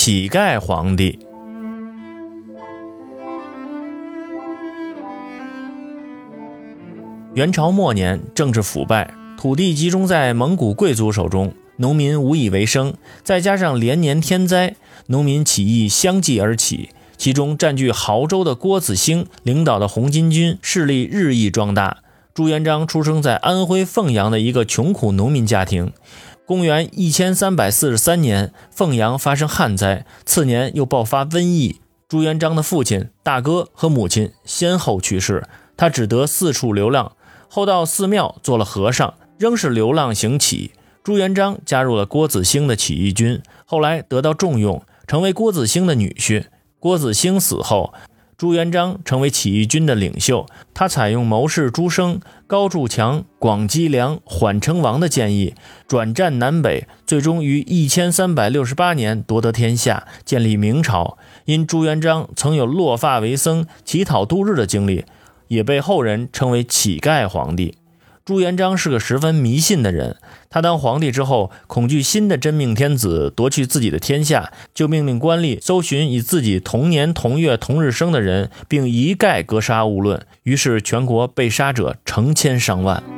乞丐皇帝。元朝末年，政治腐败，土地集中在蒙古贵族手中，农民无以为生，再加上连年天灾，农民起义相继而起。其中占据亳州的郭子兴领导的红巾军势力日益壮大。朱元璋出生在安徽凤阳的一个穷苦农民家庭。公元1343年，凤阳发生旱灾，次年又爆发瘟疫。朱元璋的父亲、大哥和母亲先后去世，他只得四处流浪，后到寺庙做了和尚，仍是流浪行乞。朱元璋加入了郭子兴的起义军，后来得到重用，成为郭子兴的女婿。郭子兴死后，朱元璋成为起义军的领袖，他采用谋士朱升、高筑墙、广积粮、缓称王的建议，转战南北，最终于1368年夺得天下，建立明朝。因朱元璋曾有落发为僧、乞讨度日的经历，也被后人称为乞丐皇帝。朱元璋是个十分迷信的人，他当皇帝之后，恐惧新的真命天子夺去自己的天下，就命令官吏搜寻与自己同年同月同日生的人，并一概格杀勿论。于是全国被杀者成千上万。